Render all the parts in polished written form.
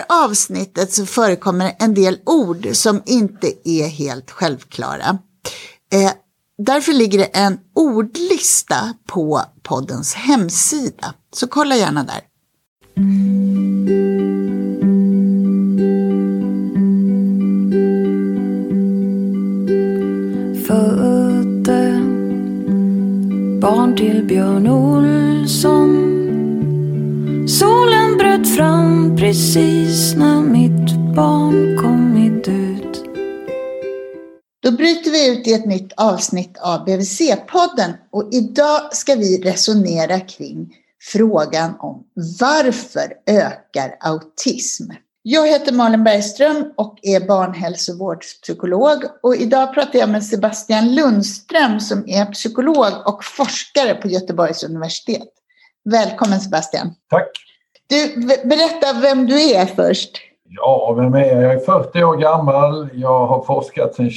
här avsnittet så förekommer en del ord som inte är helt självklara. Därför ligger det en ordlista på poddens hemsida. Så kolla gärna där. Födde barn till Björn Olsson. Solen bröt fram precis när mitt barn kommit ut. Då bryter vi ut i ett nytt avsnitt av BVC-podden och idag ska vi resonera kring frågan om varför ökar autism. Jag heter Malin Bergström och är barnhälsovårdspsykolog och idag pratar jag med Sebastian Lundström som är psykolog och forskare på Göteborgs universitet. Välkommen Sebastian. Tack. Du, berätta vem du är först. Ja, vem är jag? Jag är 40 år gammal. Jag har forskat sedan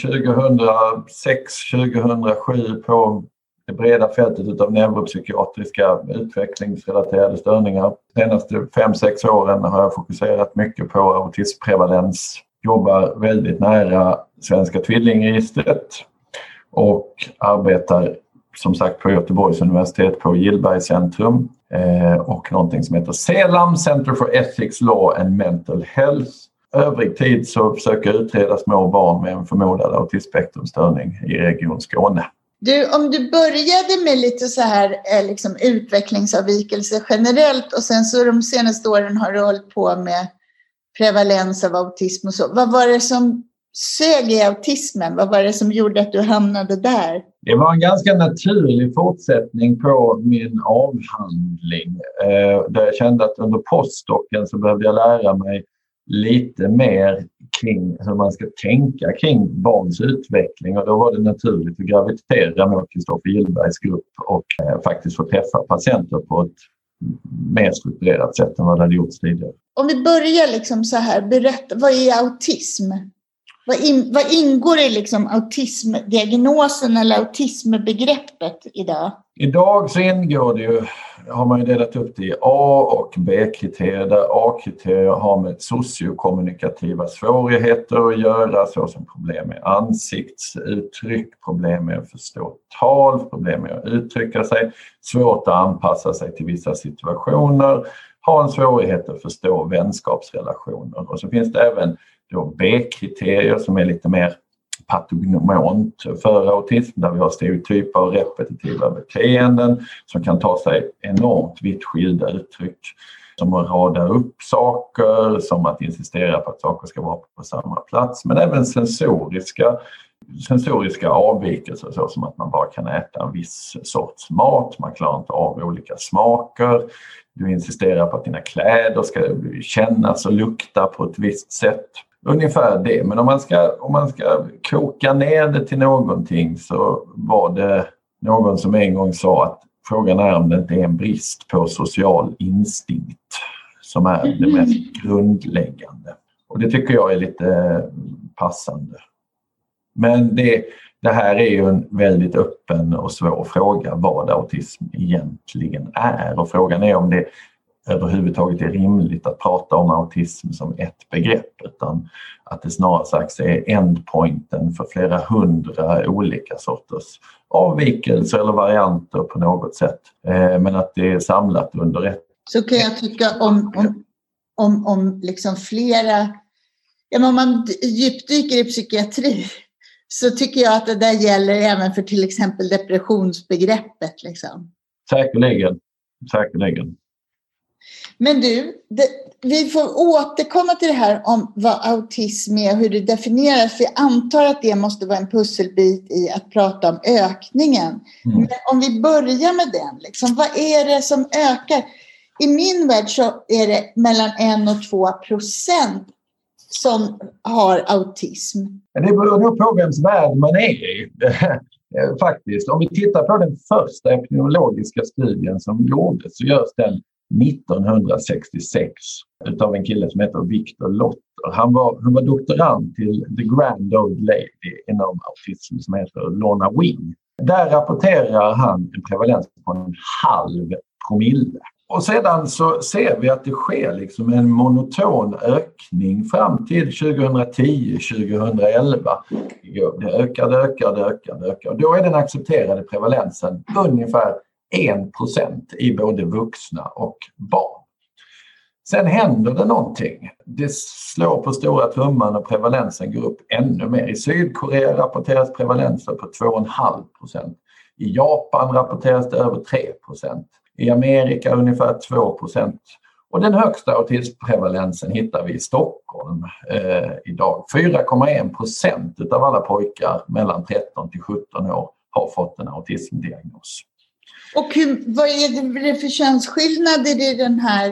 2006-2007 på det breda fältet av neuropsykiatriska utvecklingsrelaterade störningar. De senaste 5-6 åren har jag fokuserat mycket på autismprevalens. Jobbar väldigt nära Svenska tvillingregistret och arbetar som sagt på Göteborgs universitet på Gillbergscentrum och någonting som heter CELAM, Center for Ethics, Law and Mental Health. Övrig tid så försöker jag utreda små barn med en förmodad autismspektrumstörning i Region Skåne. Du, om du började med lite så här liksom utvecklingsavvikelse generellt och sen så de senaste åren har du hållit på med prevalens av autism och så. Vad var det som sög i autismen? Vad var det som gjorde att du hamnade där? Det var en ganska naturlig fortsättning på min avhandling. Där jag kände att under postdocken så behövde jag lära mig lite mer kring hur man ska tänka kring barns utveckling. Och då var det naturligt att gravitera mot Kristoffer Gillbergs grupp och faktiskt få träffa patienter på ett mer strukturerat sätt än vad det hade gjorts tidigare. Om vi börjar liksom så här, berätta, vad är autism? Vad ingår i liksom autismdiagnosen eller autismbegreppet idag? Idag så ingår det ju, har man ju delat upp det i A- och B-kriterier. Där A-kriterier har med sociokommunikativa svårigheter att göra, såsom problem med ansiktsuttryck, problem med att förstå tal, problem med att uttrycka sig, svårt att anpassa sig till vissa situationer, har en svårighet att förstå vänskapsrelationer. Och så finns det även då B-kriterier som är lite mer patognomont för autism, där vi har stereotypa och repetitiva beteenden som kan ta sig enormt vitt skilda uttryck, som att rada upp saker, som att insistera på att saker ska vara på samma plats, men även sensoriska avvikelser, så som att man bara kan äta en viss sorts mat, man klarar inte av olika smaker, du insisterar på att dina kläder ska kännas och lukta på ett visst sätt. Ungefär det, men om man ska koka ner det till någonting så var det någon som en gång sa att frågan är om det inte är en brist på social instinkt som är det mest grundläggande. Och det tycker jag är lite passande. Men det här är ju en väldigt öppen och svår fråga vad autism egentligen är. Och frågan är om det överhuvudtaget är rimligt att prata om autism som ett begrepp, utan att det snarare sagt är endpointen för flera hundra olika sorters avvikelser eller varianter på något sätt. Men att det är samlat under ett. Så kan jag tycka om liksom flera, om man djupdyker i psykiatri så tycker jag att det där gäller även för till exempel depressionsbegreppet. Liksom. Säkerligen. Men du, vi får återkomma till det här om vad autism är och hur det definieras. För jag antar att det måste vara en pusselbit i att prata om ökningen. Men om vi börjar med den, liksom, vad är det som ökar? I min värld så är det mellan 1-2% som har autism. Det beror nog på vems värld man är i. Faktiskt, om vi tittar på den första epidemiologiska studien som gjordes så görs den 1966 utav en kille som heter Victor Lotter. Han var doktorand till The Grand Old Lady inom autism som heter Lorna Wing. Där rapporterar han en prevalens på 0,5 promille. Och sedan så ser vi att det sker liksom en monoton ökning fram till 2010-2011. Det ökar. Och då är den accepterade prevalensen ungefär 1% i både vuxna och barn. Sen händer det någonting. Det slår på stora trumman och prevalensen går upp ännu mer. I Sydkorea rapporteras prevalensen på 2,5%. I Japan rapporteras det över 3%. I Amerika ungefär 2%. Och den högsta autismprevalensen hittar vi i Stockholm idag. 4,1% av alla pojkar mellan 13 till 17 år har fått en autismdiagnos. Och vad är det för könsskillnader i den här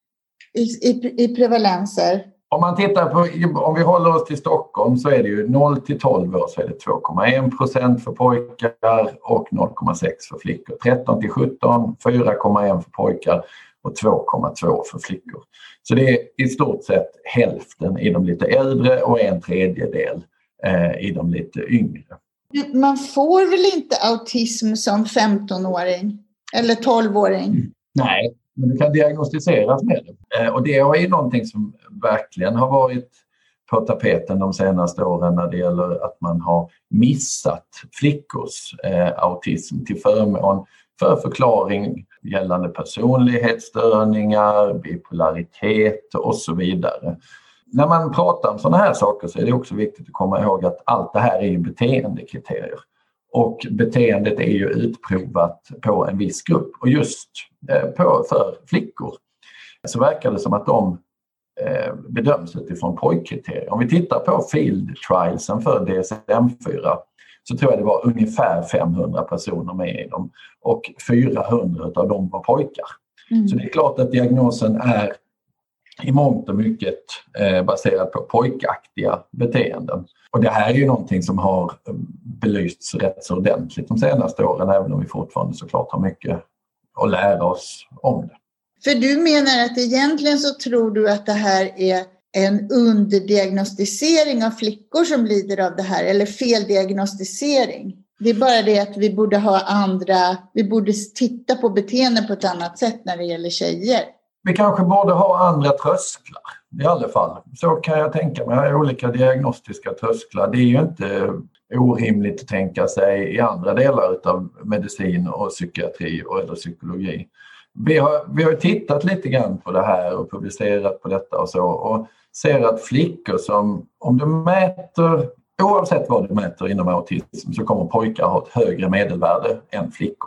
i prevalenser? Om man tittar på, om vi håller oss till Stockholm så är det ju 0 till 12 år så är det 2,1% för pojkar och 0,6% för flickor. 13 till 17, 4,1% för pojkar och 2,2% för flickor. Så det är i stort sett hälften i de lite äldre och 1/3 i de lite yngre. Man får väl inte autism som 15-åring eller 12-åring? Nej, men det kan diagnostiseras med det. Och det är ju någonting som verkligen har varit på tapeten de senaste åren när det gäller att man har missat flickors autism till förmån för förklaring gällande personlighetsstörningar, bipolaritet och så vidare. När man pratar om sådana här saker så är det också viktigt att komma ihåg att allt det här är ju beteendekriterier. Och beteendet är ju utprovat på en viss grupp. Och just för flickor så verkar det som att de bedöms utifrån pojkkriterier. Om vi tittar på field trialsen för DSM-4 så tror jag det var ungefär 500 personer med i dem. Och 400 av dem var pojkar. Så det är klart att diagnosen är i mångt och mycket baserat på pojkaktiga beteenden. Och det här är ju någonting som har belysts rätt så ordentligt de senaste åren, även om vi fortfarande såklart har mycket att lära oss om det. För du menar att egentligen så tror du att det här är en underdiagnostisering av flickor som lider av det här, eller feldiagnostisering? Det är bara det att vi borde titta på beteenden på ett annat sätt när det gäller tjejer. Vi kanske borde ha andra trösklar i alla fall. Så kan jag tänka mig, olika diagnostiska trösklar. Det är ju inte orimligt att tänka sig i andra delar av medicin och psykiatri eller psykologi. Vi har tittat lite grann på det här och publicerat på detta och så, och ser att flickor som, om du mäter, oavsett vad du mäter inom autism, så kommer pojkar ha ett högre medelvärde än flickor.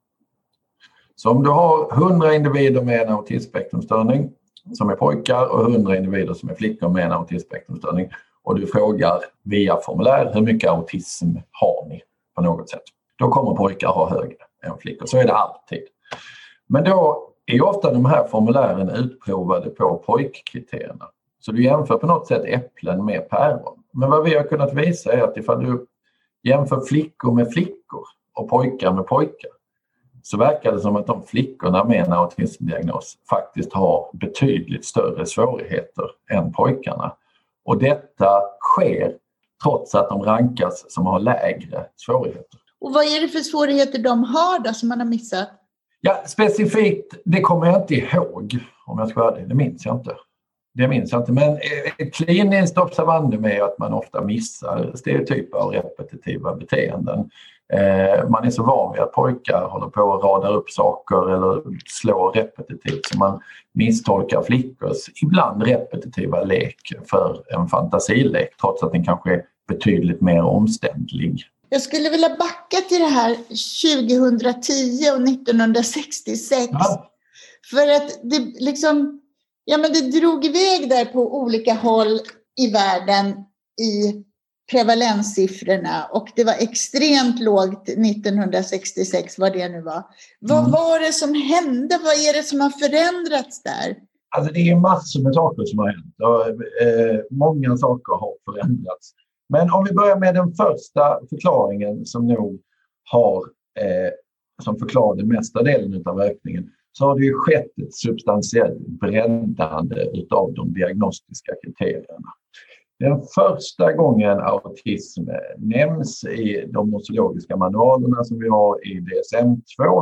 Så om du har 100 individer med en autismspektrumstörning som är pojkar och 100 individer som är flickor med en autismspektrumstörning och du frågar via formulär hur mycket autism har ni på något sätt, då kommer pojkar ha högre än flickor. Så är det alltid. Men då är ju ofta de här formulären utprovade på pojkkriterierna. Så du jämför på något sätt äpplen med päron. Men vad vi har kunnat visa är att ifall du jämför flickor med flickor och pojkar med pojkar, så verkar det som att de flickorna med en autismdiagnos faktiskt har betydligt större svårigheter än pojkarna. Och detta sker trots att de rankas som har lägre svårigheter. Och vad är det för svårigheter de har då som man har missat? Ja, specifikt, det kommer jag inte ihåg om jag ska vara det. Det minns jag inte. Men ett kliniskt observandum är att man ofta missar stereotypa och repetitiva beteenden. Man är så van vid att pojkar håller på och radar upp saker eller slår repetitivt, så man misstolkar flickors ibland repetitiva lek för en fantasilek, trots att den kanske är betydligt mer omständlig. Jag skulle vilja backa till det här 2010 och 1966. Ja. För att det drog iväg där på olika håll i världen i prevalenssiffrorna, och det var extremt lågt 1966, vad det nu var. Vad var det som hände? Vad är det som har förändrats där? Alltså det är massor med saker som har hänt. Många saker har förändrats. Men om vi börjar med den första förklaringen som nog har som förklarar den mesta delen av ökningen, så har det ju skett ett substantiellt breddande utav de diagnostiska kriterierna. Den första gången autism nämns i de nosologiska manualerna som vi har i DSM-2,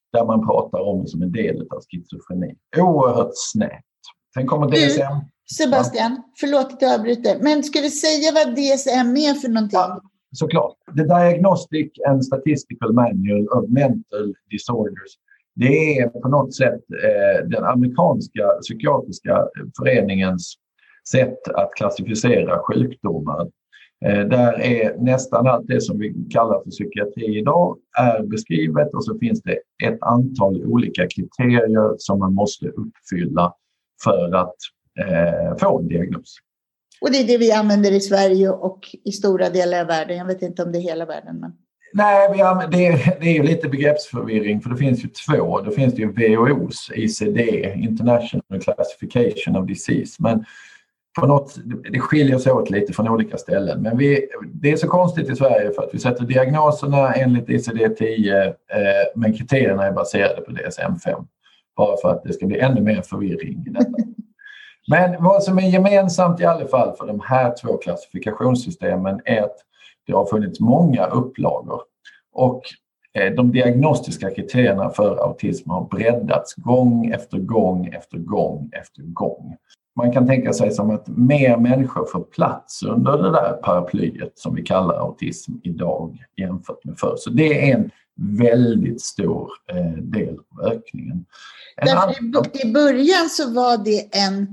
där man pratar om det som en del av schizofreni. Oerhört snett. Sen kommer DSM. Sebastian, förlåt att jag avbryter. Men ska vi säga vad DSM är för någonting? Ja, såklart. The Diagnostic and Statistical Manual of Mental Disorders. Det är på något sätt den amerikanska psykiatriska föreningens sätt att klassificera sjukdomar. Där är nästan allt det som vi kallar för psykiatri idag är beskrivet, och så finns det ett antal olika kriterier som man måste uppfylla för att få en diagnos. Och det är det vi använder i Sverige och i stora delar av världen. Jag vet inte om det är hela världen. Men... Nej, det är ju lite begreppsförvirring, för det finns ju två. Det finns ju WHO:s ICD, International Classification of Disease. Men på något, det skiljer sig åt lite från olika ställen. Men det är så konstigt i Sverige för att vi sätter diagnoserna enligt ICD-10, men kriterierna är baserade på DSM-5. Bara för att det ska bli ännu mer förvirring i detta. Men vad som är gemensamt i alla fall för de här två klassifikationssystemen är att det har funnits många upplagor. Och de diagnostiska kriterierna för autism har breddats gång efter gång efter gång efter gång. Man kan tänka sig som att mer människor får plats under det där paraplyet som vi kallar autism idag jämfört med förr. Så det är en väldigt stor del av ökningen. I början så var det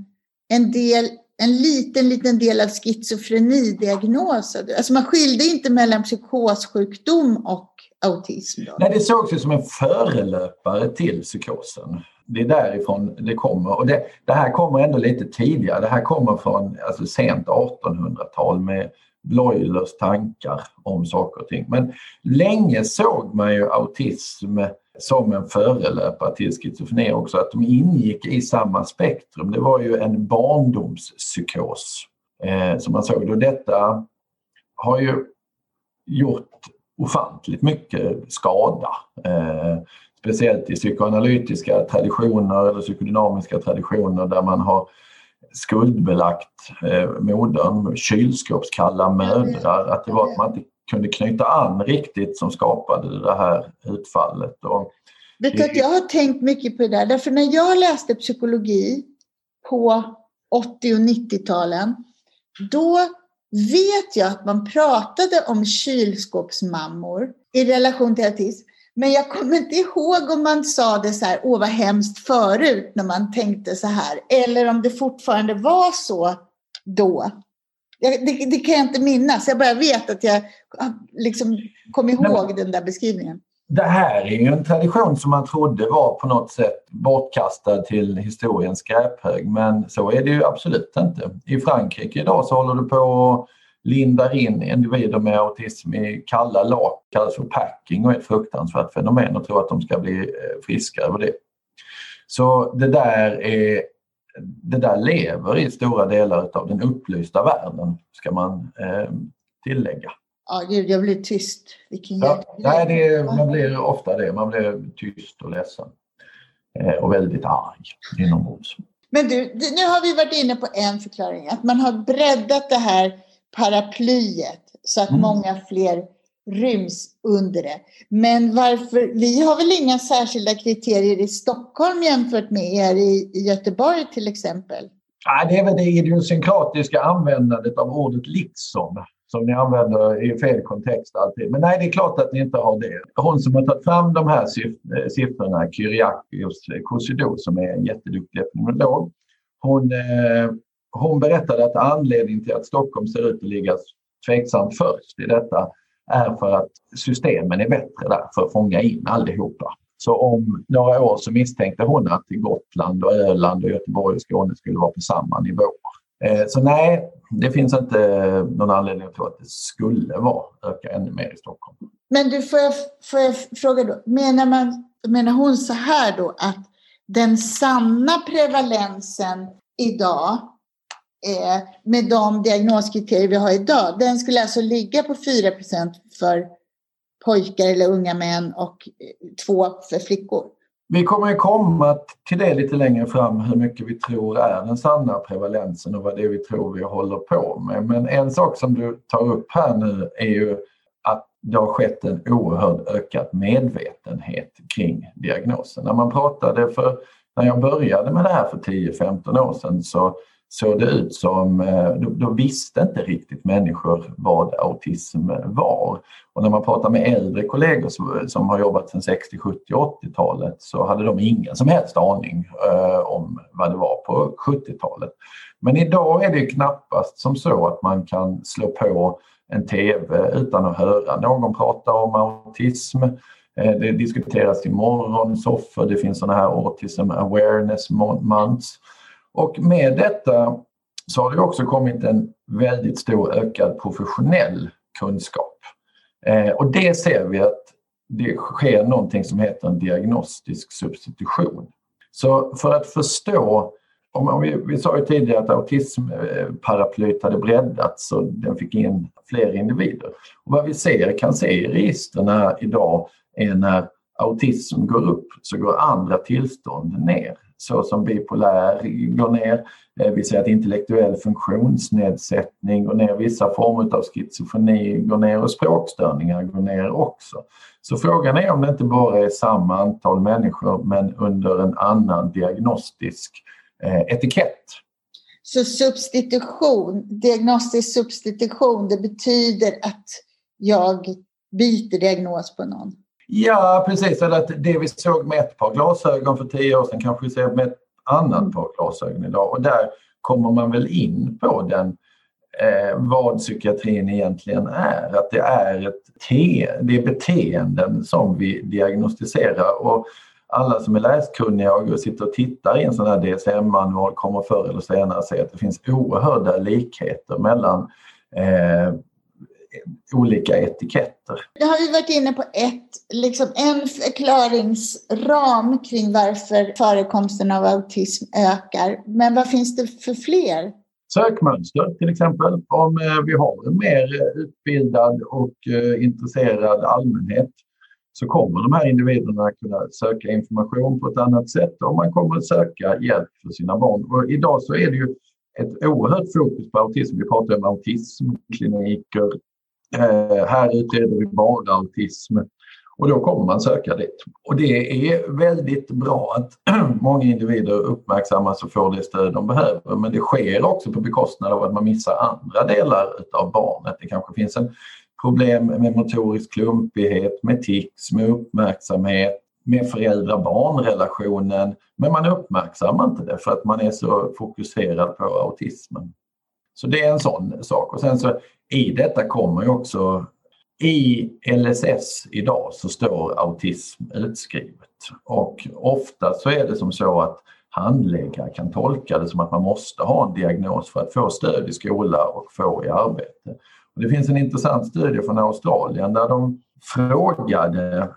en liten del av schizofrenidiagnos. Alltså man skilde inte mellan psykossjukdom och autism då. Nej, det sågs ju som en förelöpare till psykosen. Det är därifrån det kommer. Och det här kommer ändå lite tidigare. Det här kommer från sent 1800-tal med Bloilers tankar om saker och ting. Men länge såg man ju autism som en förelöpare till schizofreni också. Att de ingick i samma spektrum. Det var ju en barndomspsykos som man såg. Och detta har ju gjort ofantligt mycket skada. Speciellt i psykoanalytiska traditioner eller psykodynamiska traditioner där man har skuldbelagt modern, kylskåpskalla mödrar, att det var att man inte kunde knyta an riktigt som skapade det här utfallet. Och vet du att jag har tänkt mycket på det där, därför när jag läste psykologi på 80- och 90-talen, då vet jag att man pratade om kylskåpsmammor i relation till autism. Men jag kommer inte ihåg om man sa det så här, åh vad hemskt förut när man tänkte så här. Eller om det fortfarande var så då. Det kan jag inte minnas. Jag bara vet att jag liksom kom ihåg den där beskrivningen. Det här är ju en tradition som man trodde var på något sätt bortkastad till historiens skräphög. Men så är det ju absolut inte. I Frankrike idag så håller du på att lindar in individer med autism i kalla lak, kallas för packing, och är ett fruktansvärt fenomen och tror att de ska bli friska över det. Så det där lever i stora delar av den upplysta världen, ska man tillägga. Ja, gud, jag blir tyst. Man blir ofta det. Man blir tyst och ledsen. Och väldigt arg inombords. Men nu har vi varit inne på en förklaring. Att man har breddat det här paraplyet så att många fler ryms under det. Men varför? Vi har väl inga särskilda kriterier i Stockholm jämfört med er i Göteborg till exempel? Ja, det är väl det idiosynkratiska användandet av ordet liksom som ni använder i fel kontext alltid. Men nej, det är klart att ni inte har det. Hon som har tagit fram de här siffrorna, Kyriakos Kossidou, som är en jätteduktig epidemiolog, hon berättade att anledningen till att Stockholm ser ut att ligga tveksamt först i detta är för att systemen är bättre där för att fånga in allihopa. Så om några år så misstänkte hon att Gotland och Öland och Göteborg och Skåne skulle vara på samma nivå. Så nej, det finns inte någon anledning att tro att det skulle öka ännu mer i Stockholm. Men du, får jag fråga då, menar hon så här då att den sanna prevalensen idag med de diagnoskriterier vi har idag, den skulle alltså ligga på 4% för pojkar eller unga män och 2% för flickor? Vi kommer att komma till det lite längre fram, hur mycket vi tror är den sanna prevalensen och vad det är vi tror vi håller på med. Men en sak som du tar upp här nu är ju att det har skett en oerhört ökad medvetenhet kring diagnosen. När jag började med det här för 10-15 år sedan så såg det ut som, då visste inte riktigt människor vad autism var. Och när man pratar med äldre kollegor som har jobbat sedan 60, 70, 80-talet så hade de ingen som helst aning om vad det var på 70-talet. Men idag är det knappast som så att man kan slå på en tv utan att höra någon prata om autism. Det diskuteras i morgonsoffer, det finns sådana här Autism Awareness Months. Och med detta så har det också kommit en väldigt stor ökad professionell kunskap. Och det ser vi att det sker någonting som heter en diagnostisk substitution. Så för att förstå, vi sa ju tidigare att autismparaplyt hade breddats så den fick in fler individer. Och vad vi kan se i registren idag är när autism går upp så går andra tillstånd ner. Så som bipolär går ner, vi ser att intellektuell funktionsnedsättning går ner, vissa former av schizofreni går ner och språkstörningar går ner också. Så frågan är om det inte bara är samma antal människor men under en annan diagnostisk etikett. Så diagnostisk substitution, det betyder att jag byter diagnos på någon? Ja, precis. Eller att det vi såg med ett par glasögon för 10 år sedan kanske vi ser med ett annat par glasögon idag. Och där kommer man väl in på vad psykiatrin egentligen är. Att det är det är beteenden som vi diagnostiserar. Och alla som är läskunniga och sitter och tittar i en sån här DSM-manual kommer förr eller senare se att det finns oerhörda likheter mellan olika etiketter. Nu har vi varit inne på en förklaringsram kring varför förekomsten av autism ökar. Men vad finns det för fler? Sökmönster till exempel. Om vi har en mer utbildad och intresserad allmänhet så kommer de här individerna kunna söka information på ett annat sätt och man kommer att söka hjälp för sina barn. Och idag så är det ju ett oerhört fokus på autism. Vi pratar om autismkliniker. Här utreder vi bara autism och då kommer man söka dit. Och det är väldigt bra att många individer uppmärksammas och får det stöd de behöver. Men det sker också på bekostnad av att man missar andra delar av barnet. Det kanske finns en problem med motorisk klumpighet, med tics, med uppmärksamhet, med föräldrar-barn-relationen. Men man uppmärksammar inte det för att man är så fokuserad på autismen. Så det är en sån sak. Och sen så i detta kommer ju också, i LSS idag så står autism utskrivet. Och ofta så är det som så att handläggare kan tolka det som att man måste ha en diagnos för att få stöd i skola och få i arbete. Och det finns en intressant studie från Australien där de frågade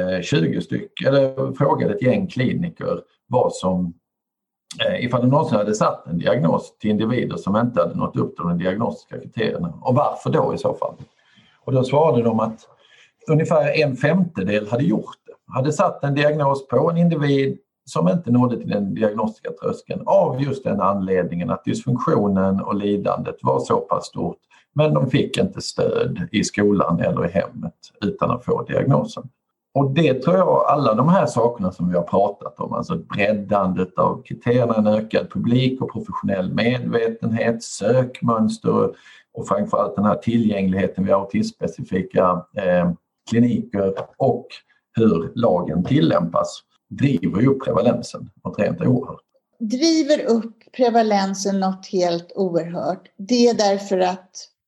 frågade ett gäng kliniker vad som ifall de någonsin hade satt en diagnos till individer som inte hade nått upp till de diagnostiska kriterierna. Och varför då i så fall? Och då svarade de att ungefär 1/5 hade gjort det. Hade satt en diagnos på en individ som inte nådde till den diagnostiska tröskeln av just den anledningen att dysfunktionen och lidandet var så pass stort. Men de fick inte stöd i skolan eller i hemmet utan att få diagnosen. Och det tror jag, alla de här sakerna som vi har pratat om, alltså breddandet av kriterierna, en ökad publik och professionell medvetenhet, sökmönster och framförallt den här tillgängligheten vid autismspecifika kliniker och hur lagen tillämpas driver ju upp prevalensen något rent oerhört. Driver upp prevalensen något helt oerhört. Det är därför att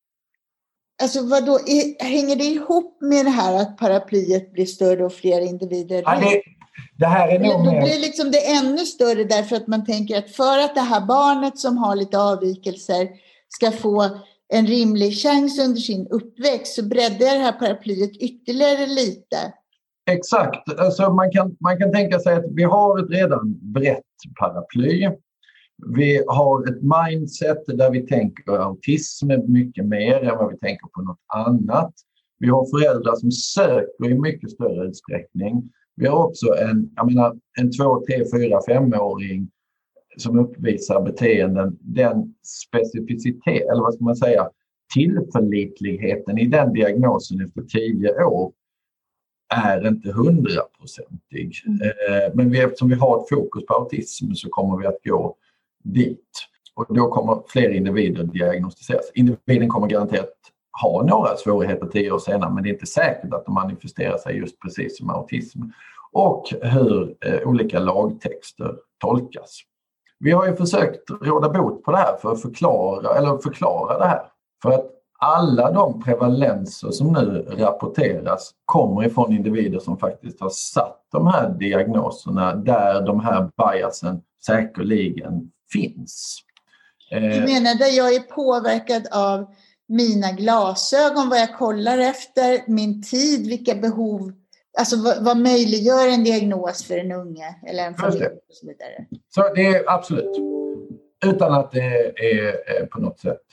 hänger det ihop med det här att paraplyet blir större och fler individer? Ja, det här är nog då blir liksom det ännu större därför att man tänker att för att det här barnet som har lite avvikelser ska få en rimlig chans under sin uppväxt så breddar det här paraplyet ytterligare lite. Exakt. Alltså man kan tänka sig att vi har ett redan brett paraply. Vi har ett mindset där vi tänker autism mycket mer än vad vi tänker på något annat. Vi har föräldrar som söker i mycket större utsträckning. Vi har också en 2, 3, 4, 5-åring som uppvisar beteenden. Den specificitet, eller vad ska man säga, tillförlitligheten i den diagnosen efter 10 år är inte 100-procentig. Men eftersom vi har ett fokus på autism så kommer vi att gå dit. Och då kommer fler individer diagnostiseras. Individen kommer garanterat ha några svårigheter 10 år senare, men det är inte säkert att de manifesterar sig just precis som autism. Och hur olika lagtexter tolkas. Vi har ju försökt råda bot på det här för att förklara det här. För att alla de prevalenser som nu rapporteras kommer ifrån individer som faktiskt har satt de här diagnoserna där de här biasen säkerligen finns. Du menar där jag är påverkad av mina glasögon, vad jag kollar efter, min tid, vilka behov, alltså vad möjliggör en diagnos för en unge eller en familj och så vidare. Så det är absolut, utan att det är på något sätt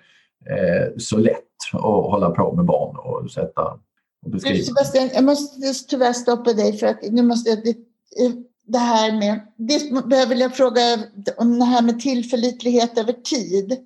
så lätt att hålla på med barn och sätta och beskriva. Sebastian, jag måste tyvärr stoppa dig för att nu måste jag det här med, det behöver jag fråga om det här med tillförlitlighet över tid.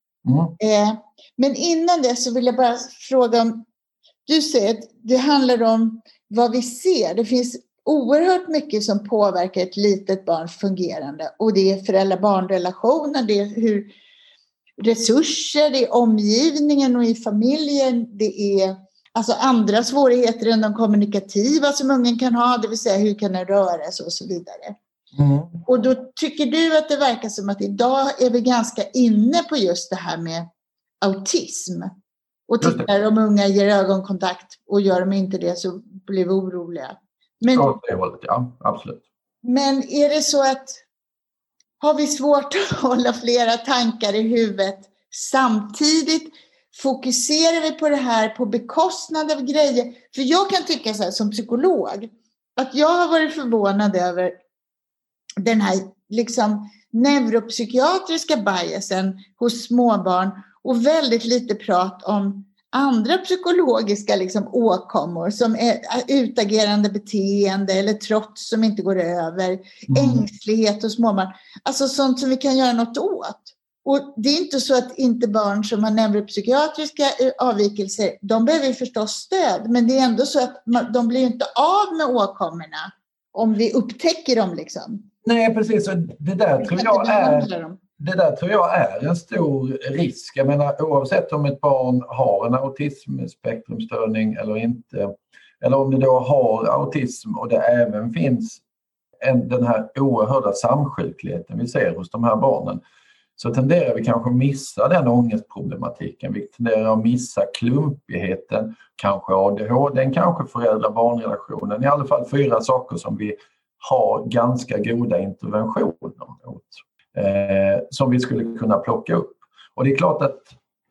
Men innan det så vill jag bara fråga om, du säger att det handlar om vad vi ser. Det finns oerhört mycket som påverkar ett litet barns fungerande och det är föräldrar-barnrelationer, det är hur resurser, det är omgivningen och i familjen, det är alltså andra svårigheter än de kommunikativa som ungen kan ha, det vill säga hur kan den röra sig och så vidare. Och då tycker du att det verkar som att idag är vi ganska inne på just det här med autism. Och tittar om unga ger ögonkontakt och gör de inte det så blir vi oroliga. Men, ja, absolut. Men är det så att har vi svårt att hålla flera tankar i huvudet samtidigt? Fokuserar vi på det här på bekostnad av grejer? För jag kan tycka så här som psykolog att jag har varit förvånad över den här liksom neuropsykiatriska biasen hos småbarn och väldigt lite prat om andra psykologiska liksom åkommor som är utagerande beteende eller trots som inte går över, ängslighet hos småbarn. Alltså sånt som vi kan göra något åt. Och det är inte så att inte barn som har neuropsykiatriska avvikelser, de behöver förstås stöd, men det är ändå så att de blir inte av med åkommorna om vi upptäcker dem liksom. Nej, precis. Det där tror jag är en stor risk. Jag menar, oavsett om ett barn har en autismspektrumstörning eller inte, eller om det då har autism och det även finns den här oerhörda samsjukligheten vi ser hos de här barnen, så tenderar vi kanske att missa den ångestproblematiken. Vi tenderar att missa klumpigheten, kanske ADHD, kanske föräldrar-barnrelationen. I alla fall 4 saker som vi har ganska goda interventioner mot. Som vi skulle kunna plocka upp. Och det är klart att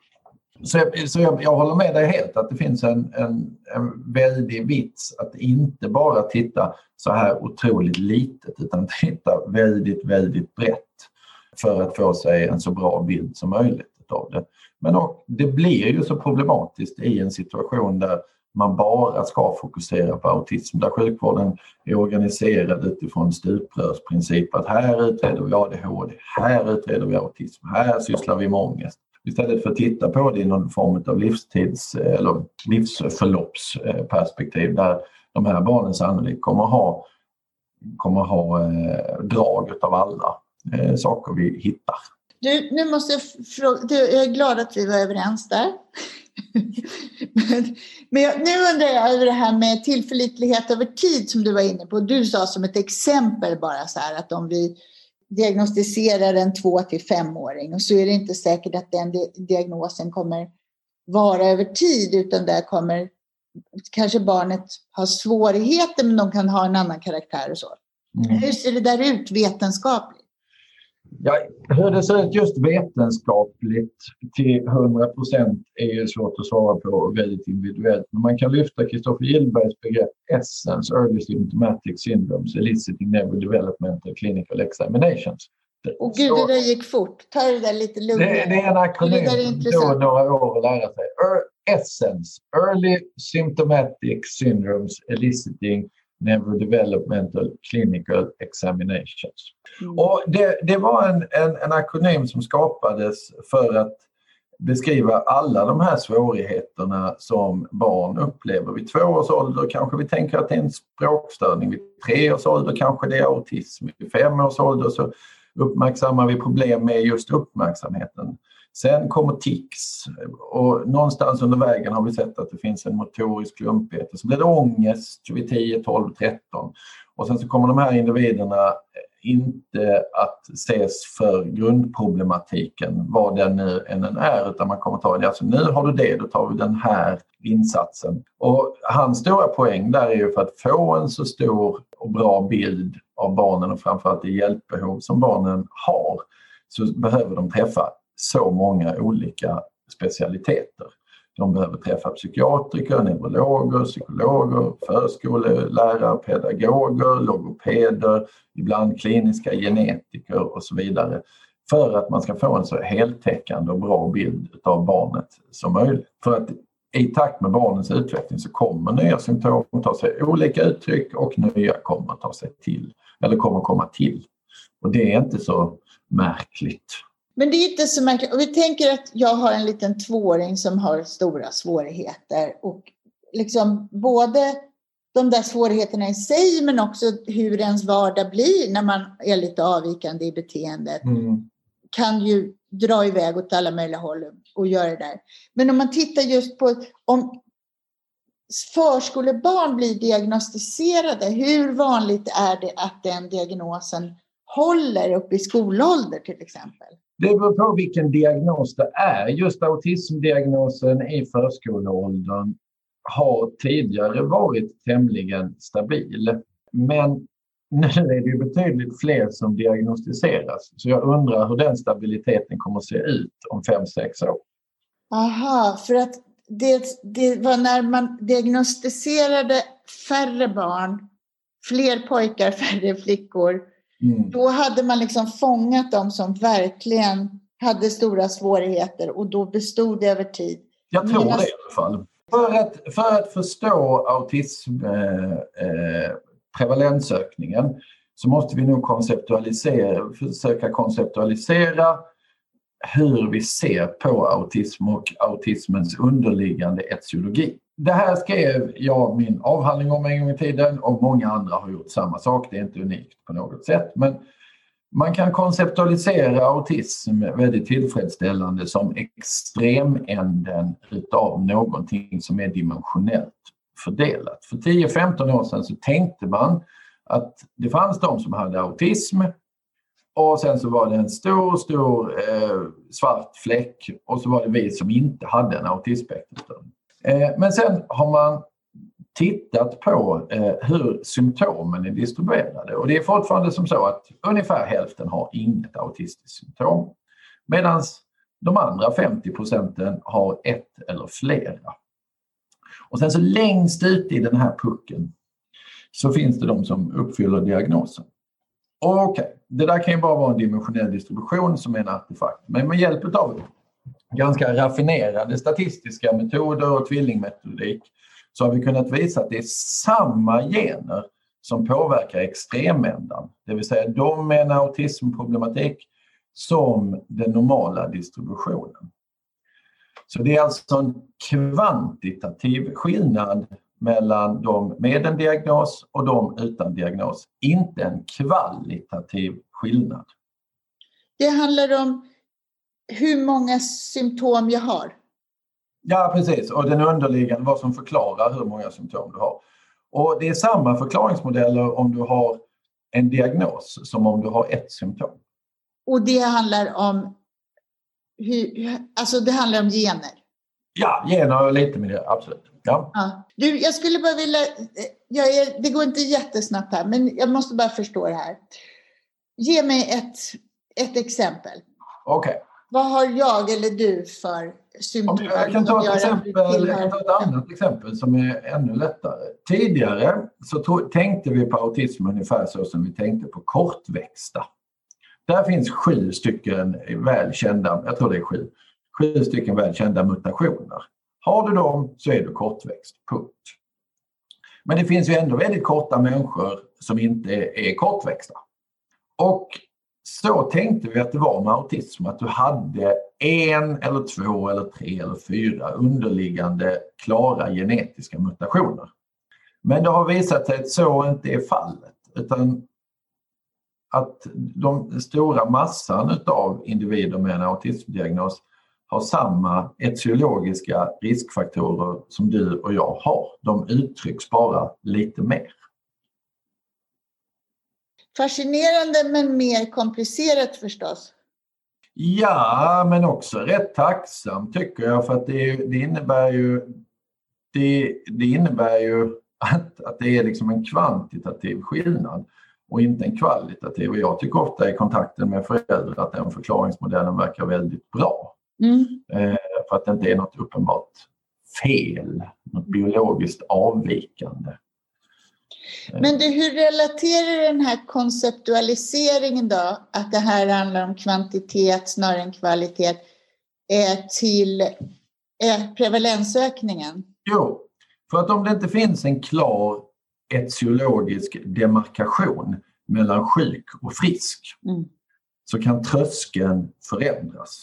jag håller med dig helt att det finns en väldig vits att inte bara titta så här otroligt litet utan titta väldigt, väldigt brett för att få sig en så bra bild som möjligt av det. Men det blir ju så problematiskt i en situation där man bara ska fokusera på autism, där sjukvården är organiserad utifrån stuprörsprincip att här utreder vi ADHD, här utreder vi autism, här sysslar vi med ångest. Istället för att titta på det i någon form av eller livsförloppsperspektiv där de här barnen sannolikt kommer ha drag av alla saker vi hittar. Nu måste jag fråga, jag är glad att vi var överens där. Men nu undrar jag över det här med tillförlitlighet över tid som du var inne på. Du sa som ett exempel bara så här att om vi diagnostiserar en 2-5-åring och så är det inte säkert att den diagnosen kommer vara över tid utan där kommer kanske barnet ha svårigheter men de kan ha en annan karaktär och så. Hur ser det där ut vetenskapligt? Ja, hur det ser ut just vetenskapligt till 100% är ju svårt att svara på väldigt individuellt. Men man kan lyfta Kristoffer Gillbergs begrepp ESSENS, Early Symptomatic Syndromes, Eliciting Neurodevelopmental Clinical Examinations. Och gud, det där gick fort. Ta det där lite lugnare. Det är en akronym som tog några år att lära sig. ESSENS, Early Symptomatic Syndromes, Eliciting Neurodevelopmental Clinical Examinations. Och det var en akronym som skapades för att beskriva alla de här svårigheterna som barn upplever. Vid 2 års ålder kanske vi tänker att det är en språkstörning. Vid 3 års ålder kanske det är autism. Vid 5 års ålder så uppmärksammar vi problem med just uppmärksamheten. Sen kommer tics och någonstans under vägen har vi sett att det finns en motorisk klumpighet. Så blir det ångest vid 10, 12, 13. Och sen så kommer de här individerna inte att ses för grundproblematiken, vad den nu än är, utan man kommer ta det. Alltså nu har du det, då tar vi den här insatsen. Och hans stora poäng där är ju för att få en så stor och bra bild av barnen och framförallt det hjälpbehov som barnen har, så behöver de träffa så många olika specialiteter. De behöver träffa psykiatriker, neurologer, psykologer, förskolelärare, pedagoger, logopeder, ibland kliniska genetiker och så vidare. För att man ska få en så heltäckande och bra bild av barnet som möjligt. För att i takt med barnens utveckling så kommer nya symptom ta sig olika uttryck och nya kommer ta sig till. Eller kommer komma till. Och det är inte så märkligt. Men det är inte så märkligt. Och vi tänker att jag har en liten 2-åring som har stora svårigheter. Och liksom både de där svårigheterna i sig men också hur ens vardag blir när man är lite avvikande i beteendet. Kan ju dra iväg åt alla möjliga håll och göra det där. Men om man tittar just på om förskolebarn blir diagnostiserade, hur vanligt är det att den diagnosen håller upp i skolålder till exempel? Det beror på vilken diagnos det är. Just autismdiagnosen i förskoleåldern har tidigare varit tämligen stabil. Men nu är det betydligt fler som diagnostiseras. Så jag undrar hur den stabiliteten kommer att se ut om 5-6 år. Aha, för att det var när man diagnostiserade färre barn, fler pojkar, färre flickor. Då hade man liksom fångat dem som verkligen hade stora svårigheter och då bestod det över tid. Jag tror det i alla fall. För att förstå prevalensökningen så måste vi nog försöka konceptualisera hur vi ser på autism och autismens underliggande etiologi. Det här skrev jag min avhandling om en gång i tiden och många andra har gjort samma sak. Det är inte unikt på något sätt. Men man kan konceptualisera autism väldigt tillfredsställande som extremänden utav någonting som är dimensionellt fördelat. För 10-15 år sedan så tänkte man att det fanns de som hade autism och sen så var det en stor svart fläck och så var det vi som inte hade en autismspektrum. Men sen har man tittat på hur symptomen är distribuerade och det är fortfarande som så att ungefär hälften har inget autistiskt symptom medan de andra 50% har ett eller flera. Och sen så längst ut i den här pucken så finns det de som uppfyller diagnosen. Okej, det där kan ju bara vara en dimensionell distribution som är en artefakt. Men med hjälp av ganska raffinerade statistiska metoder och tvillingmetodik så har vi kunnat visa att det är samma gener som påverkar extremändan. Det vill säga de med en autismproblematik som den normala distributionen. Så det är alltså en kvantitativ skillnad mellan de med en diagnos och de utan diagnos. Inte en kvalitativ skillnad. Det handlar om hur många symptom jag har. Ja, precis. Och den underliggande, vad som förklarar hur många symptom du har. Och det är samma förklaringsmodeller om du har en diagnos som om du har ett symptom. Och det handlar om det handlar om gener. Ja, gener och lite med det, absolut. Ja. Ja. Du, jag skulle bara vilja, det går inte jättesnabbt här, men jag måste bara förstå det här. Ge mig ett exempel. Okej. Vad har jag eller du för symptom? Jag kan ta ett annat exempel som är ännu lättare. Tidigare så tänkte vi på autism ungefär så som vi tänkte på kortväxta. Där finns 7 stycken välkända, jag tror det är 7 stycken välkända mutationer. Har du dem så är du kortväxt, punkt. Men det finns ju ändå väldigt korta människor som inte är kortväxta. Och så tänkte vi att det var med autism, att du hade 1 eller 2 eller 3 eller 4 underliggande klara genetiska mutationer. Men det har visat sig att så inte är fallet, utan att de stora massan av individer med en autismdiagnos har samma etiologiska riskfaktorer som du och jag har. De uttrycks bara lite mer. Fascinerande men mer komplicerat förstås. Ja, men också rätt tacksam tycker jag, för att det innebär ju att det är liksom en kvantitativ skillnad och inte en kvalitativ. Och jag tycker ofta i kontakten med föräldrar att den förklaringsmodellen verkar väldigt bra. För att det inte är något uppenbart fel, något biologiskt avvikande. Men hur relaterar den här konceptualiseringen då, att det här handlar om kvantitet snarare än kvalitet, till prevalensökningen? Jo, för att om det inte finns en klar etiologisk demarkation mellan sjuk och frisk så kan tröskeln förändras.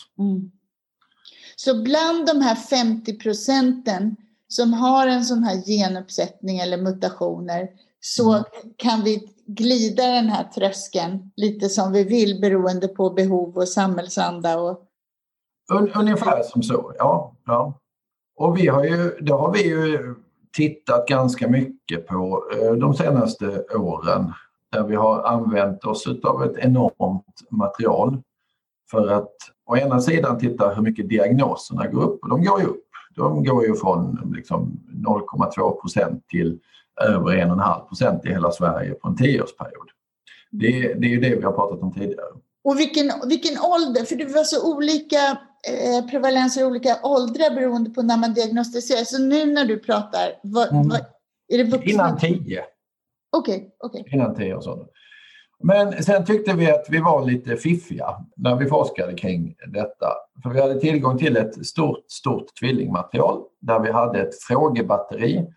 Så bland de här 50% som har en sån här genuppsättning eller mutationer så kan vi glida den här tröskeln lite som vi vill beroende på behov och samhällsanda. Ungefär som så, ja. Och det har vi ju tittat ganska mycket på de senaste åren, där vi har använt oss av ett enormt material för att å ena sidan titta hur mycket diagnoserna går upp, och de går ju upp. De går ju från liksom 0,2% till över 1,5% i hela Sverige på en 10-årsperiod. Det är ju det vi har pratat om tidigare. Och vilken ålder? För det var så olika prevalenser i olika åldrar beroende på när man diagnostiserar. Så nu när du pratar, är det vuxna? Innan 10. Okej. Innan 10 och sådär. Men sen tyckte vi att vi var lite fiffiga när vi forskade kring detta. För vi hade tillgång till ett stort tvillingmaterial där vi hade ett frågebatteri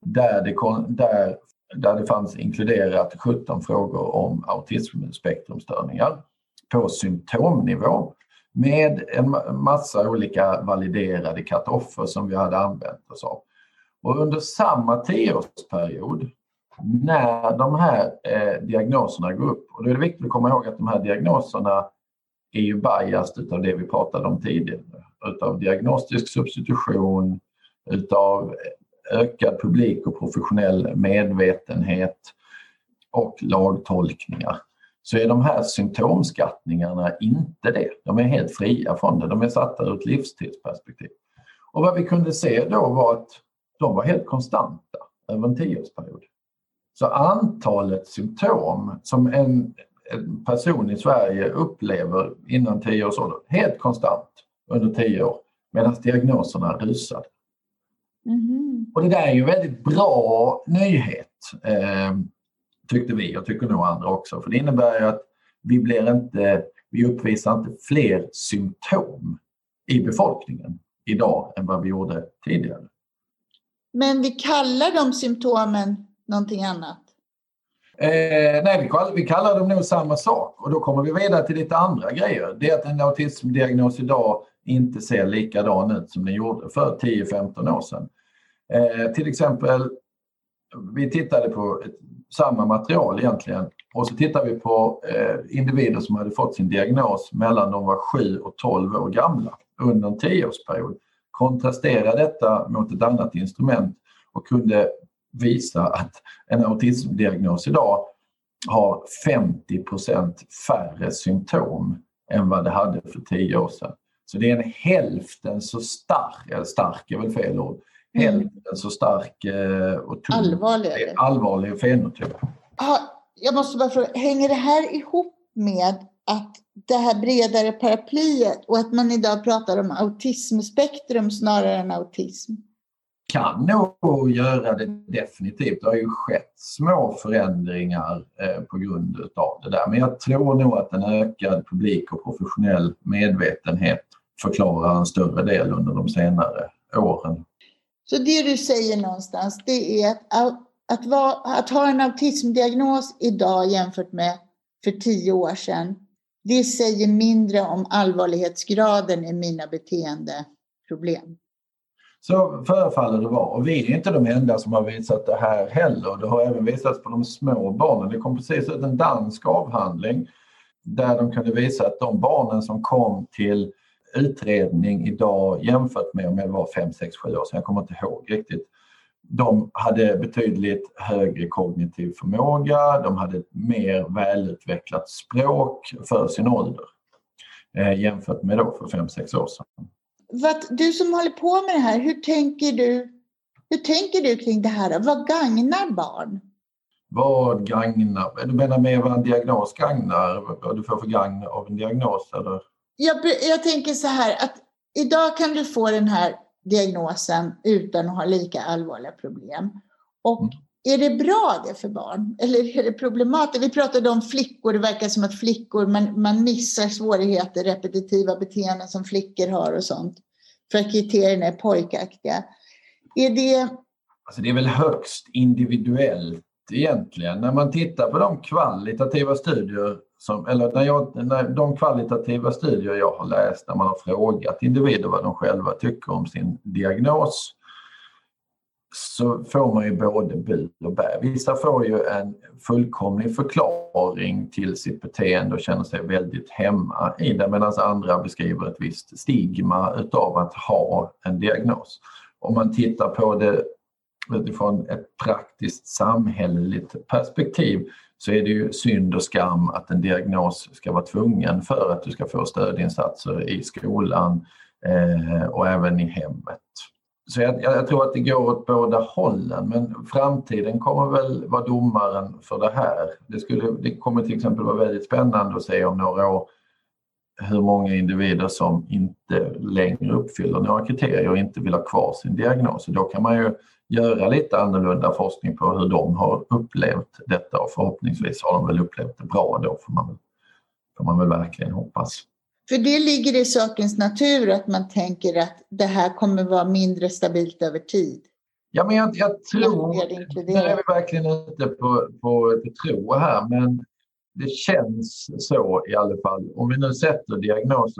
där det fanns inkluderat 17 frågor om autismspektrumstörningar på symptomnivå med en massa olika validerade cut-offer som vi hade använt oss av. Och under samma 10-årsperiod, när de här diagnoserna går upp, och då är det viktigt att komma ihåg att de här diagnoserna är ju biased utav det vi pratade om tidigare, utav diagnostisk substitution, utav ökad publik och professionell medvetenhet och lagtolkningar, så är de här symptomskattningarna inte det. De är helt fria från det. De är satta ur ett livstidsperspektiv. Och vad vi kunde se då var att de var helt konstanta över en 10-årsperiod. Så antalet symptom som en person i Sverige upplever innan 10 års ålder, helt konstant under 10 år, medan diagnoserna rusade. Och det där är ju väldigt bra nyhet, tyckte vi, och tycker nog andra också. För det innebär ju att vi uppvisar inte fler symptom i befolkningen idag än vad vi gjorde tidigare. Men vi kallar de symptomen någonting annat? Nej, vi kallar dem nog samma sak. Och då kommer vi vidare till lite andra grejer. Det är att en autismdiagnos idag inte ser likadan ut som den gjorde för 10-15 år sedan. Till exempel, vi tittade på samma material egentligen, och så tittade vi på individer som hade fått sin diagnos mellan de var 7 och 12 år gamla under en 10-årsperiod. Kontrastera detta mot ett annat instrument och kunde visa att en autismdiagnos idag har 50% färre symptom än vad det hade för 10 år sedan. Så det är en hälften så stark är väl fel ord, hälften så stark och allvarlig fenotyp. Jag måste bara fråga, hänger det här ihop med att det här bredare paraplyet och att man idag pratar om autismspektrum snarare än autism? Kan nog göra det definitivt. Det har ju skett små förändringar på grund av det där. Men jag tror nog att en ökad publik och professionell medvetenhet förklarar en större del under de senare åren. Så det du säger någonstans, det är att ha en autismdiagnos idag jämfört med för 10 år sedan det säger mindre om allvarlighetsgraden i mina beteendeproblem. Så förefaller det vara. Och vi är inte de enda som har visat det här heller. Det har även visats på de små barnen. Det kom precis ut en dansk avhandling där de kunde visa att de barnen som kom till utredning idag jämfört med om det var 5, 6, 7 år sedan, jag kommer inte ihåg riktigt. De hade betydligt högre kognitiv förmåga, de hade ett mer välutvecklat språk för sin ålder jämfört med då för 5-6 år sedan. Du som håller på med det här, hur tänker du kring det här? Vad gagnar barn? Vad gagnar? Du menar med vad en diagnos gagnar? Vad du får för gagn av en diagnos? Eller? Jag tänker så här att idag kan du få den här diagnosen utan att ha lika allvarliga problem. Och är det bra det för barn? Eller är det problematiskt? Vi pratade om flickor. Det verkar som att flickor, man missar svårigheter, repetitiva beteenden som flickor har och sånt. För att kriterierna är pojkaktiga. Alltså det är väl högst individuellt egentligen. När man tittar på de kvalitativa studier de kvalitativa studier jag har läst, när man har frågat individer vad de själva tycker om sin diagnos, så får man ju både bu och bä. Vissa får ju en fullkomlig förklaring till sitt beteende och känner sig väldigt hemma i det, medan andra beskriver ett visst stigma utav att ha en diagnos. Om man tittar på det utifrån ett praktiskt samhälleligt perspektiv så är det ju synd och skam att en diagnos ska vara tvungen för att du ska få stödinsatser i skolan och även i hemmet. Så jag tror att det går åt båda hållen, men framtiden kommer väl vara domaren för det här. Det kommer till exempel vara väldigt spännande att se om några år hur många individer som inte längre uppfyller några kriterier och inte vill ha kvar sin diagnos. Då kan man ju göra lite annorlunda forskning på hur de har upplevt detta, och förhoppningsvis har de väl upplevt det bra då, får man väl verkligen hoppas. För det ligger i sakens natur att man tänker att det här kommer vara mindre stabilt över tid. Ja, men jag tror, nu är vi verkligen ute på det tro här, men det känns så i alla fall. Om vi nu sätter diagnoser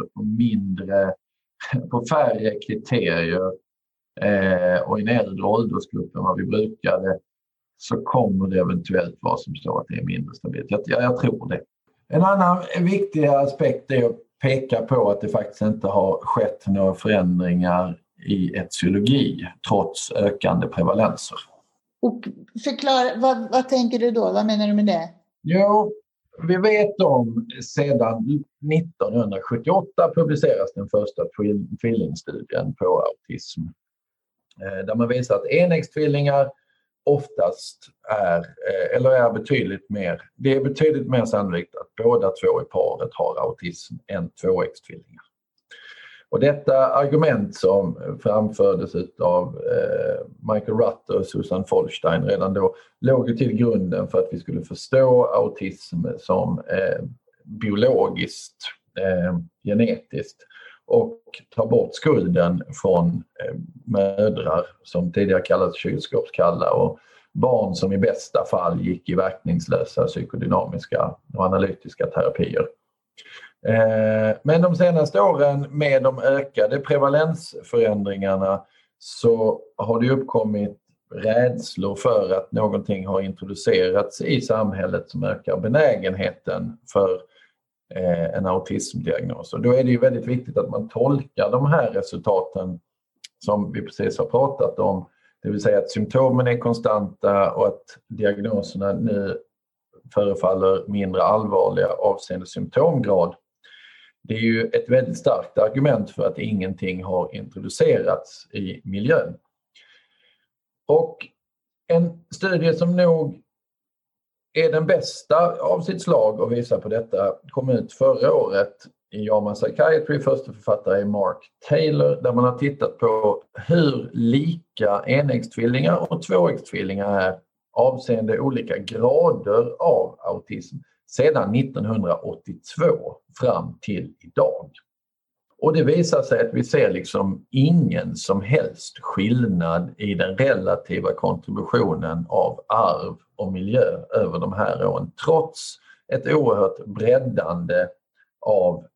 på färre kriterier och i en äldre åldersgrupp än vad vi brukade, så kommer det eventuellt vara som så att det är mindre stabilt. Jag tror det. En annan viktig aspekt är att peka på att det faktiskt inte har skett några förändringar i etiologi trots ökande prevalenser. Och förklara, vad tänker du då? Vad menar du med det? Jo, vi vet om sedan 1978 publiceras den första tvillingstudien på autism. Där man visar att enäggstvillingar oftast är betydligt mer sannolikt att båda två i paret har autism än tvåäggstvillingar. Och detta argument som framfördes av Michael Rutter och Susan Folstein redan då låg till grunden för att vi skulle förstå autism som biologiskt, genetiskt, och ta bort skulden från mödrar som tidigare kallades kylskåpskallar och barn som i bästa fall gick i verkningslösa psykodynamiska och analytiska terapier. Men de senaste åren med de ökade prevalensförändringarna så har det uppkommit rädslor för att någonting har introducerats i samhället som ökar benägenheten för en autismdiagnos. Och då är det ju väldigt viktigt att man tolkar de här resultaten som vi precis har pratat om. Det vill säga att symptomen är konstanta och att diagnoserna nu förefaller mindre allvarliga avseende symptomgrad. Det är ju ett väldigt starkt argument för att ingenting har introducerats i miljön. Och en studie som nog är den bästa av sitt slag och visar på detta kom ut förra året i JAMA Psychiatry. Första författare är Mark Taylor, där man har tittat på hur lika enäggstvillingar och tvåäggstvillingar är avseende olika grader av autism sedan 1982 fram till idag. Och det visar sig att vi ser liksom ingen som helst skillnad i den relativa kontributionen av arv och miljö över de här åren, trots ett oerhört breddande av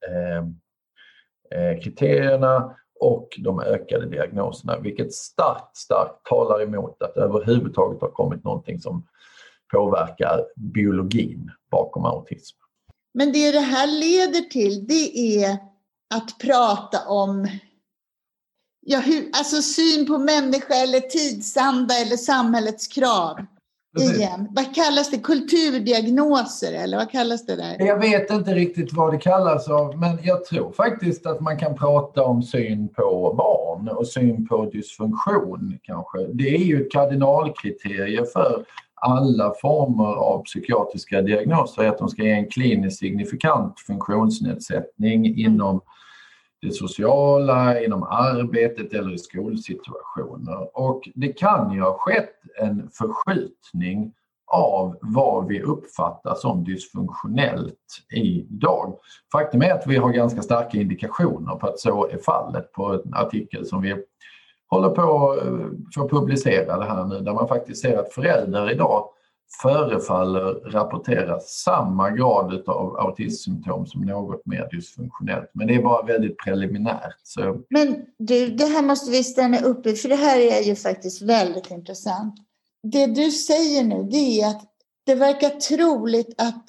kriterierna och de ökade diagnoserna, vilket starkt talar emot att det överhuvudtaget har kommit någonting som påverkar biologin bakom autism. Men det här leder till, det är att prata om alltså syn på människa eller tidsanda eller samhällets krav. Igen. Vad kallas det? Kulturdiagnoser eller vad kallas det där? Jag vet inte riktigt vad det kallas av, men jag tror faktiskt att man kan prata om syn på barn och syn på dysfunktion kanske. Det är ju ett kardinalkriterie för alla former av psykiatriska diagnoser, att de ska ge en kliniskt signifikant funktionsnedsättning inom det sociala, inom arbetet eller i skolsituationer. Och det kan ju ha skett en förskjutning av vad vi uppfattar som dysfunktionellt idag. Faktum är att vi har ganska starka indikationer på att så är fallet på en artikel som vi håller på att publicera det här nu, där man faktiskt ser att föräldrar idag förefaller rapportera samma grad av autismsymptom som något mer dysfunktionellt. Men det är bara väldigt preliminärt. Så. Men du, det här måste vi stanna upp i, för det här är ju faktiskt väldigt intressant. Det du säger nu, det är att det verkar troligt att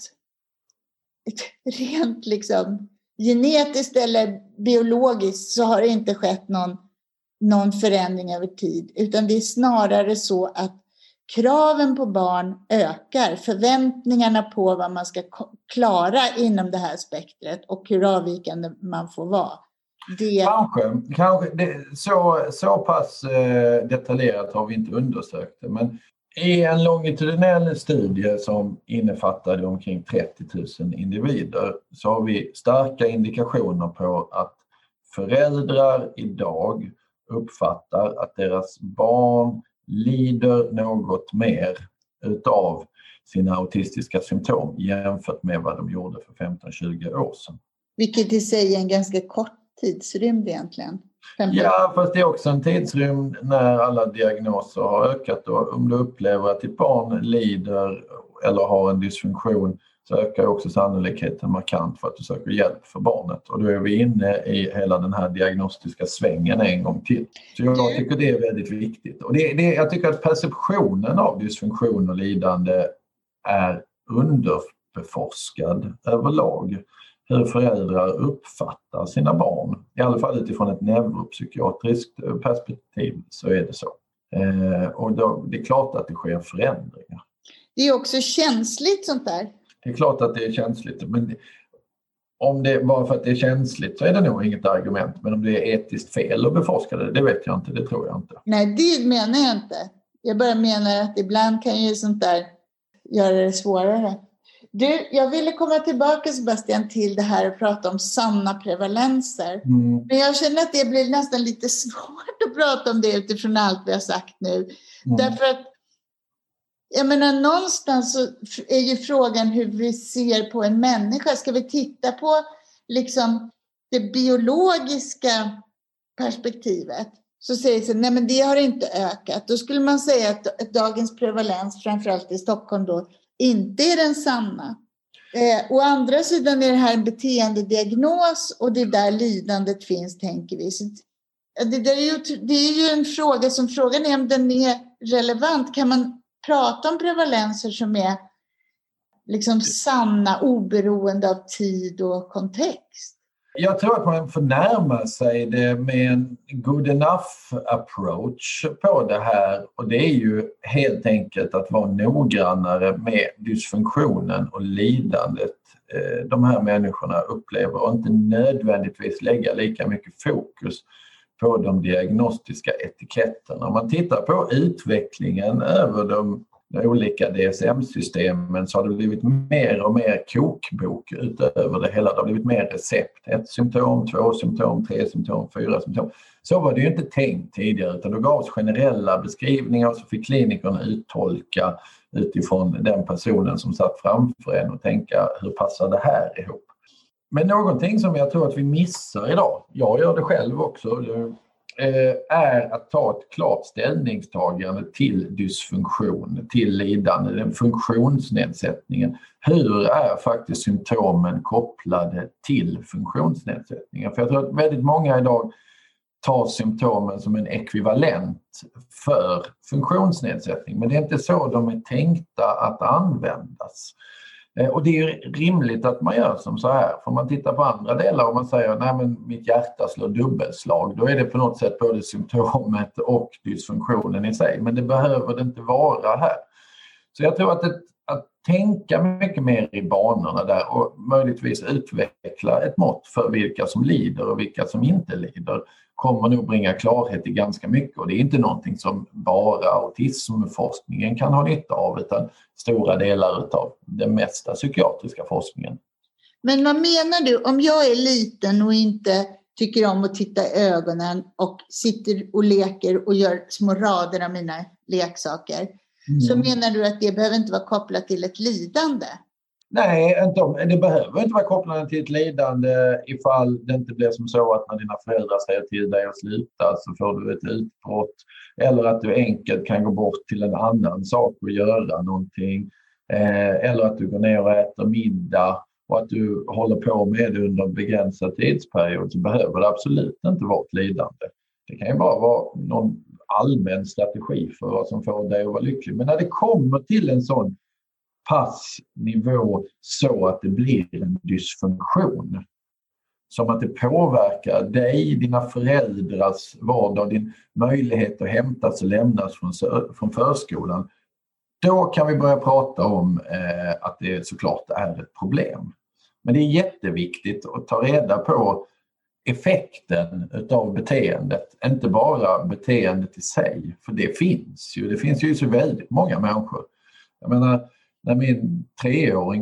rent liksom genetiskt eller biologiskt så har det inte skett någon förändring över tid, utan det är snarare så att kraven på barn ökar, förväntningarna på vad man ska klara inom det här spektret och hur avvikande man får vara. Kanske så pass detaljerat har vi inte undersökt det, men i en longitudinell studie som innefattade omkring 30 000 individer så har vi starka indikationer på att föräldrar idag uppfattar att deras barn lider något mer utav sina autistiska symptom jämfört med vad de gjorde för 15-20 år sedan. Vilket i sig är en ganska kort tidsrymd egentligen. 15. Ja, fast det är också en tidsrymd när alla diagnoser har ökat. Och om du upplever att ditt barn lider eller har en dysfunktion så ökar också sannolikheten markant för att du söker hjälp för barnet. Och då är vi inne i hela den här diagnostiska svängen en gång till. Så jag tycker det är väldigt viktigt. Och jag tycker att perceptionen av dysfunktion och lidande är underbeforskad överlag. Hur föräldrar uppfattar sina barn. I alla fall utifrån ett neuropsykiatriskt perspektiv så är det så. Och då, det är klart att det sker förändringar. Det är också känsligt sånt där. Det är klart att det är känsligt, men om det bara för att det är känsligt så är det nog inget argument. Men om det är etiskt fel att beforska det vet jag inte, det tror jag inte. Nej, det menar jag inte. Jag bara menar att ibland kan ju sånt där göra det svårare. Du, jag ville komma tillbaka, Sebastian, till det här och prata om sanna prevalenser. Men jag känner att det blir nästan lite svårt att prata om det utifrån allt vi har sagt nu. Därför att jag menar, någonstans så är ju frågan hur vi ser på en människa. Ska vi titta på liksom det biologiska perspektivet så säger sig, nej men det har inte ökat. Då skulle man säga att dagens prevalens, framförallt i Stockholm då, inte är den sanna. Å andra sidan är det här en beteendediagnos och det är där lidandet finns, tänker vi. Så det är ju en fråga som frågan är om den är relevant. Kan man prata om prevalenser som är liksom sanna, oberoende av tid och kontext? Jag tror att man får närma sig det med en good enough approach på det här. Och det är ju helt enkelt att vara noggrannare med dysfunktionen och lidandet de här människorna upplever och inte nödvändigtvis lägga lika mycket fokus på de diagnostiska etiketterna. Om man tittar på utvecklingen över de olika DSM-systemen så har det blivit mer och mer kokbok utöver det hela. Det har blivit mer recept. 1 symptom, 2 symptom, 3 symptom, 4 symptom. Så var det ju inte tänkt tidigare, utan då gavs generella beskrivningar och så fick klinikerna uttolka utifrån den personen som satt framför en och tänka hur passar det här ihop. Men någonting som jag tror att vi missar idag, jag gör det själv också, är att ta ett klart ställningstagande till dysfunktion, till lidande, den funktionsnedsättningen. Hur är faktiskt symptomen kopplade till funktionsnedsättningen? För jag tror att väldigt många idag tar symptomen som en ekvivalent för funktionsnedsättning. Men det är inte så de är tänkta att användas. Och det är rimligt att man gör som så här. Får man titta på andra delar och man säger nej men mitt hjärta slår dubbelslag. Då är det på något sätt både symptomet och dysfunktionen i sig. Men det behöver det inte vara här. Så jag tror att tänka mycket mer i banorna där och möjligtvis utveckla ett mått för vilka som lider och vilka som inte lider kommer nog bringa klarhet i ganska mycket. Och det är inte någonting som bara autismforskningen kan ha nytta av utan stora delar av den mesta psykiatriska forskningen. Men vad menar du? Om jag är liten och inte tycker om att titta i ögonen och sitter och leker och gör små rader av mina leksaker. Så menar du att det behöver inte vara kopplat till ett lidande? Nej, det behöver inte vara kopplat till ett lidande ifall det inte blir som så att när dina föräldrar säger till dig att sluta så får du ett utbrott. Eller att du enkelt kan gå bort till en annan sak och göra någonting. Eller att du går ner och äter middag och att du håller på med det under en begränsad tidsperiod så behöver det absolut inte vara ett lidande. Det kan ju bara vara någon allmän strategi för vad som får dig att vara lycklig. Men när det kommer till en sån passnivå så att det blir en dysfunktion. Som att det påverkar dig, dina föräldrars vardag, din möjlighet att hämtas och lämnas från förskolan. Då kan vi börja prata om att det såklart är ett problem. Men det är jätteviktigt att ta reda på effekten av beteendet. Inte bara beteendet i sig. För det finns ju. Det finns ju så väldigt många människor. Jag menar, när min 5-åring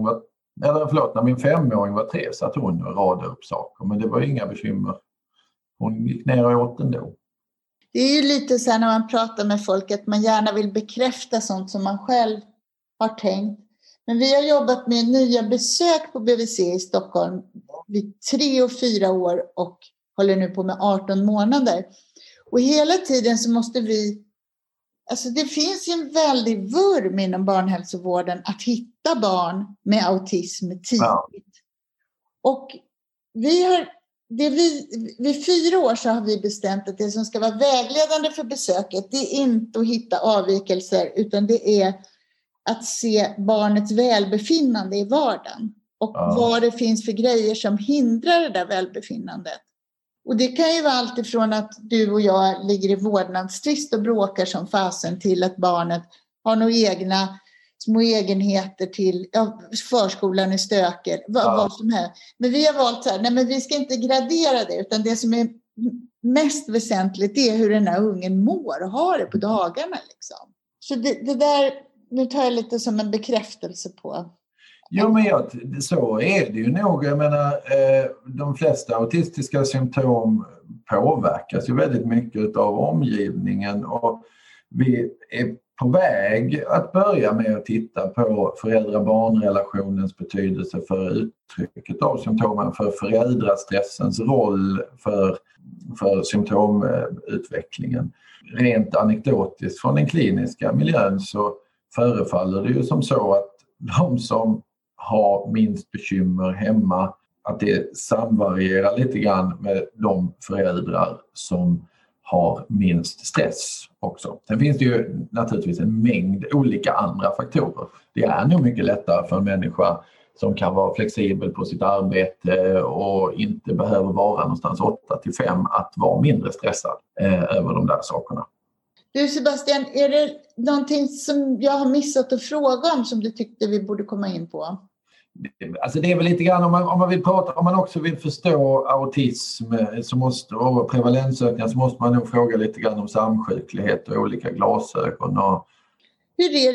var 3 så att hon radade upp saker. Men det var inga bekymmer. Hon gick ner och åt ändå. Det är ju lite så här när man pratar med folk att man gärna vill bekräfta sånt som man själv har tänkt. Men vi har jobbat med nya besök på BVC i Stockholm vid 3 och 4 år och håller nu på med 18 månader. Och hela tiden så måste vi, alltså det finns ju en väldig vurm inom barnhälsovården att hitta barn med autism tidigt. Ja. Och vid 4 år så har vi bestämt att det som ska vara vägledande för besöket, det är inte att hitta avvikelser utan det är att se barnets välbefinnande i vardagen. Och vad det finns för grejer som hindrar det där välbefinnandet. Och det kan ju vara allt ifrån att du och jag ligger i vårdnadstvist och bråkar som fasen till att barnet har några egna små egenheter till förskolan är stökig, vad som helst. Men vi har valt så här, nej men vi ska inte gradera det utan det som är mest väsentligt är hur den här ungen mår och har det på dagarna liksom. Så det där, nu tar jag lite som en bekräftelse på. Jo men så är det ju nog. Jag menar, de flesta autistiska symptom påverkas ju väldigt mycket av omgivningen och vi är på väg att börja med att titta på föräldrar-barnrelationens betydelse för uttrycket av symptomen, för föräldrastressens roll för symptomutvecklingen. Rent anekdotiskt från den kliniska miljön så förefaller det ju som så att de som har minst bekymmer hemma, att det samvarierar lite grann med de föräldrar som har minst stress också. Sen finns det ju naturligtvis en mängd olika andra faktorer. Det är nog mycket lättare för en människa som kan vara flexibel på sitt arbete och inte behöver vara någonstans 8-5 att vara mindre stressad över de där sakerna. Du Sebastian, är det någonting som jag har missat att fråga om som du tyckte vi borde komma in på? Alltså det är väl lite grann om man också vill förstå autism och prevalensökningar så måste man nog fråga lite grann om samsjuklighet och olika glasögon. Hur är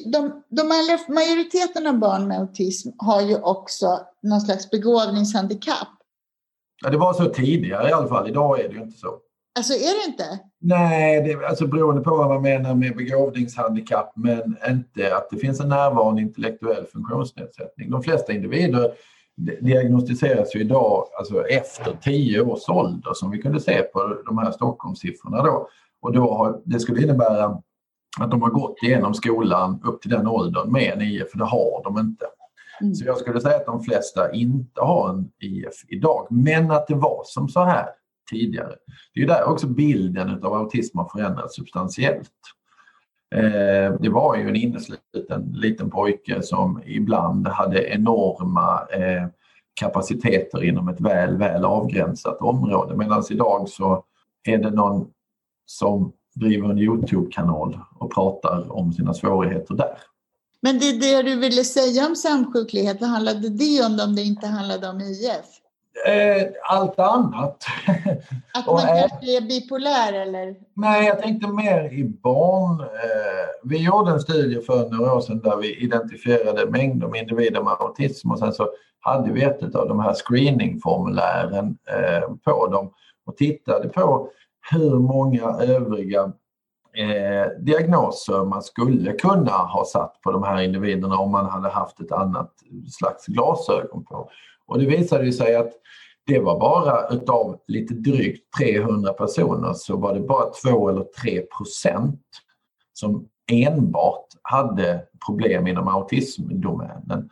det? Majoriteten av barn med autism har ju också någon slags begåvningshandikapp. Ja, det var så tidigare i alla fall. Idag är det ju inte så. Alltså är det inte? Nej, det är alltså beroende på vad man menar med begåvningshandikapp men inte att det finns en närvarande intellektuell funktionsnedsättning. De flesta individer diagnostiseras ju idag alltså efter 10 års ålder som vi kunde se på de här Stockholmssiffrorna då. Och då det skulle innebära att de har gått igenom skolan upp till den åldern med en IF, för det har de inte. Så jag skulle säga att de flesta inte har en IF idag, men att det var som så här tidigare. Det är ju där också bilden av autism har förändrats substantiellt. Det var ju en innesluten liten pojke som ibland hade enorma kapaciteter inom ett väl avgränsat område. Medan idag så är det någon som driver en YouTube-kanal och pratar om sina svårigheter där. Men det du ville säga om samsjuklighet, vad handlade det om det inte handlade om IF? Allt annat. Att man kanske är bipolär eller? Nej, jag tänkte mer i barn. Vi gjorde en studie för några år sedan där vi identifierade mängder med individer med autism och sen så hade vi ett av de här screeningformulären på dem och tittade på hur många övriga diagnoser man skulle kunna ha satt på de här individerna om man hade haft ett annat slags glasögon på. Och det visade sig att det var bara utav lite drygt 300 personer så var det bara 2 eller 3% som enbart hade problem inom autismdomänen.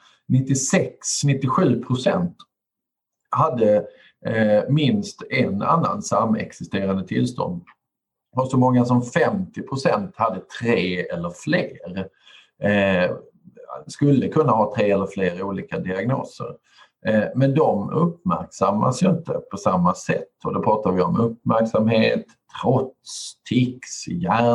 96-97% hade minst en annan samexisterande tillstånd. Och så många som 50% hade 3 eller fler. Skulle kunna ha 3 eller fler olika diagnoser. Men de uppmärksammas ju inte på samma sätt. Och då pratar vi om uppmärksamhet, trots, tics,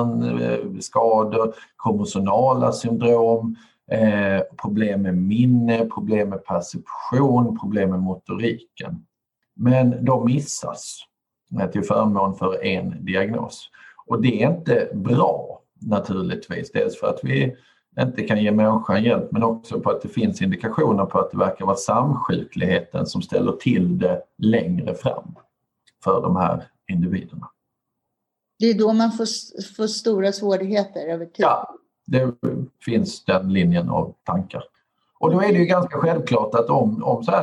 hjärnskador, kromosonala syndrom, problem med minne, problem med perception, problem med motoriken. Men de missas till förmån för en diagnos. Och det är inte bra naturligtvis. Dels för att vi inte kan ge människan hjälp, men också på att det finns indikationer på att det verkar vara samsjukligheten som ställer till det längre fram för de här individerna. Det är då man får stora svårigheter över tid. Ja, det finns den linjen av tankar. Och då är det ju ganska självklart att om så här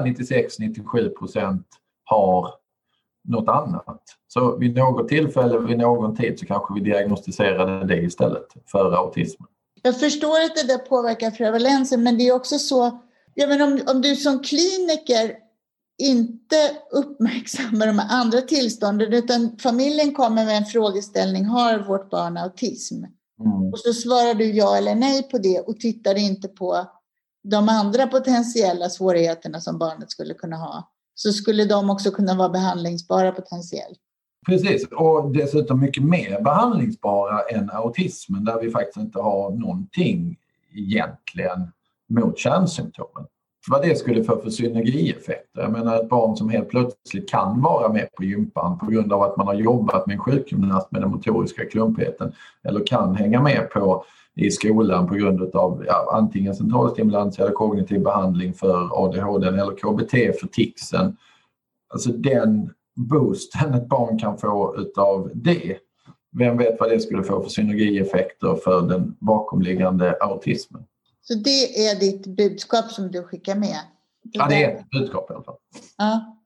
96-97% har något annat. Så vid något tillfälle, vid någon tid så kanske vi diagnostiserade det istället för autismen. Jag förstår att det där påverkar prevalensen, men det är också så, jag menar, om du som kliniker inte uppmärksammar de andra tillstånden utan familjen kommer med en frågeställning, har vårt barn autism? Och så svarar du ja eller nej på det och tittar inte på de andra potentiella svårigheterna som barnet skulle kunna ha. Så skulle de också kunna vara behandlingsbara potentiellt. Precis, och dessutom mycket mer behandlingsbara än autismen där vi faktiskt inte har någonting egentligen mot kärnsymptomen. Vad det skulle få för synergieffekter. Jag menar ett barn som helt plötsligt kan vara med på gympan på grund av att man har jobbat med en sjukgymnast med den motoriska klumpheten eller kan hänga med på i skolan på grund av antingen centralstimulans eller kognitiv behandling för ADHD eller KBT för ticsen. Alltså den boosten ett barn kan få utav det. Vem vet vad det skulle få för synergieffekter för den bakomliggande autismen. Så det är ditt budskap som du skickar med? Ja, det är ett budskap i alla fall. Ja.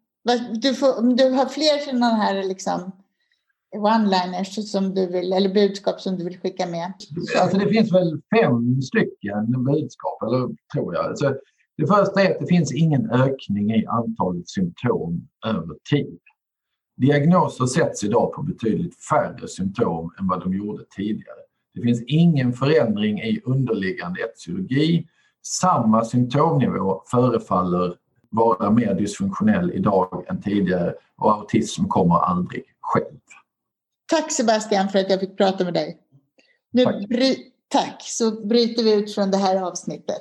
Du har fler sådana här liksom one-liners som du vill, eller budskap som du vill skicka med? Alltså det finns väl 5 stycken budskap, eller tror jag. Alltså, det första är att det finns ingen ökning i antalet symptom över tid. Diagnoser sätts idag på betydligt färre symptom än vad de gjorde tidigare. Det finns ingen förändring i underliggande etiologi. Samma symptomnivå förefaller vara mer dysfunktionell idag än tidigare och autism kommer aldrig själv. Tack Sebastian för att jag fick prata med dig. Nu tack, så bryter vi ut från det här avsnittet.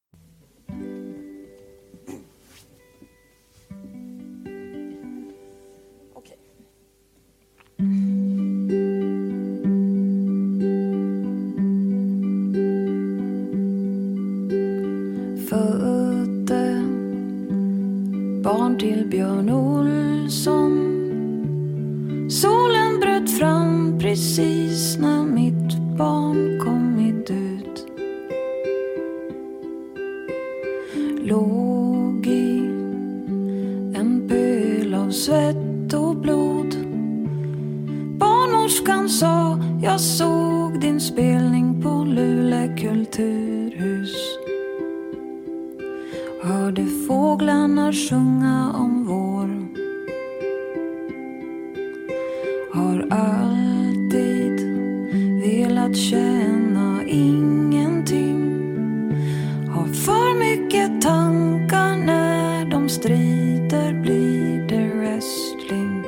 Födde barn till Björn Olsson. Solen bröt fram precis när mitt barn kommit ut. Låg i sångerskan sa, jag såg din spelning på Luleå kulturhus. Hörde fåglarna sjunga om vår. Har alltid velat känna ingenting. Har för mycket tankar när de strider blir det wrestling.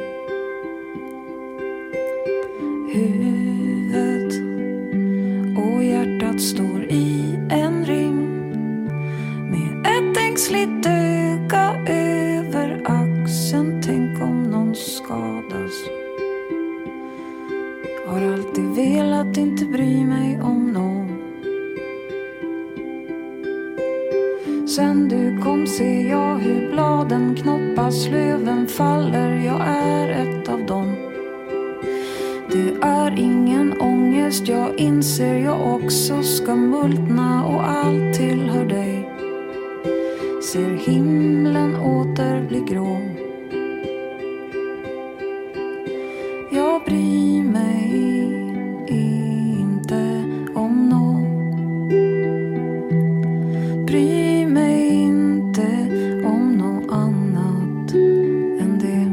Huvudet och hjärtat står i en ring. Med ett ängsligt öga över axeln. Tänk om någon skadas. Har alltid velat inte bry mig om någon. Sen du kom ser jag hur bladen knoppas, löven faller, jag är ett av dem. Det är ingen ångest, jag inser jag också ska multna och allt tillhör dig. Ser himlen åter bli grå. Jag bryr mig inte om någon. Bryr mig inte om något annat än det.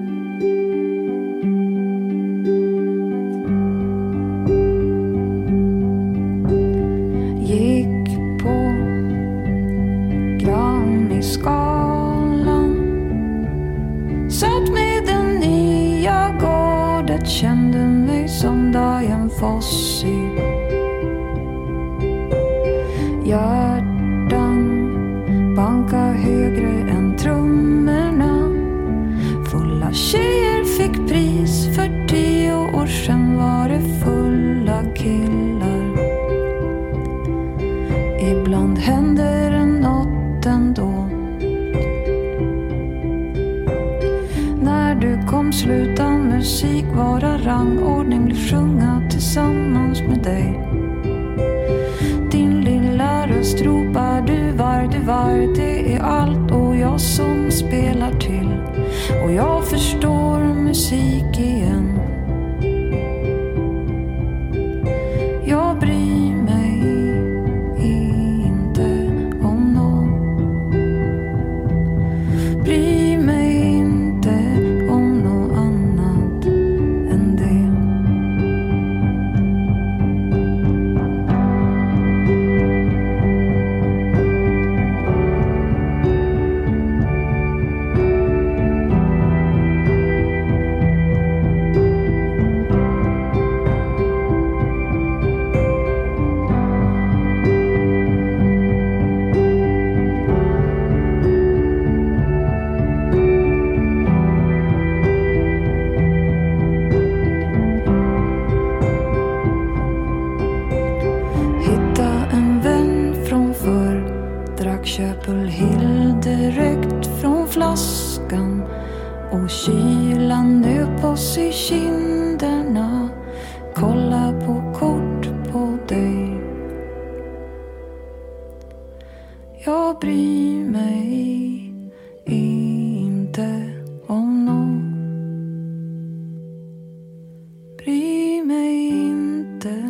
Gick på Grammy-skalan. Satt med den nya gårdet. Kände mig som Diane Fossey. Hjärtan banka högre än trummorna. Fulla tjejer fick pris. För 10 år sedan var det fulla killar. Ibland händer det något ändå. När du kom sluta musik vara rangordning. Bli sjunga tillsammans med dig. Din lilla röst ropar du var. Det är allt och jag som spelar till. Och jag förstår musik igen. Jag bryr mig inte om någon. Bryr mig inte om något annat än det. Köpulhill direkt från flaskan. Och kylan nöp oss i kinderna. Kolla på kort på dig. Jag bryr mig inte om någon. Bryr mig inte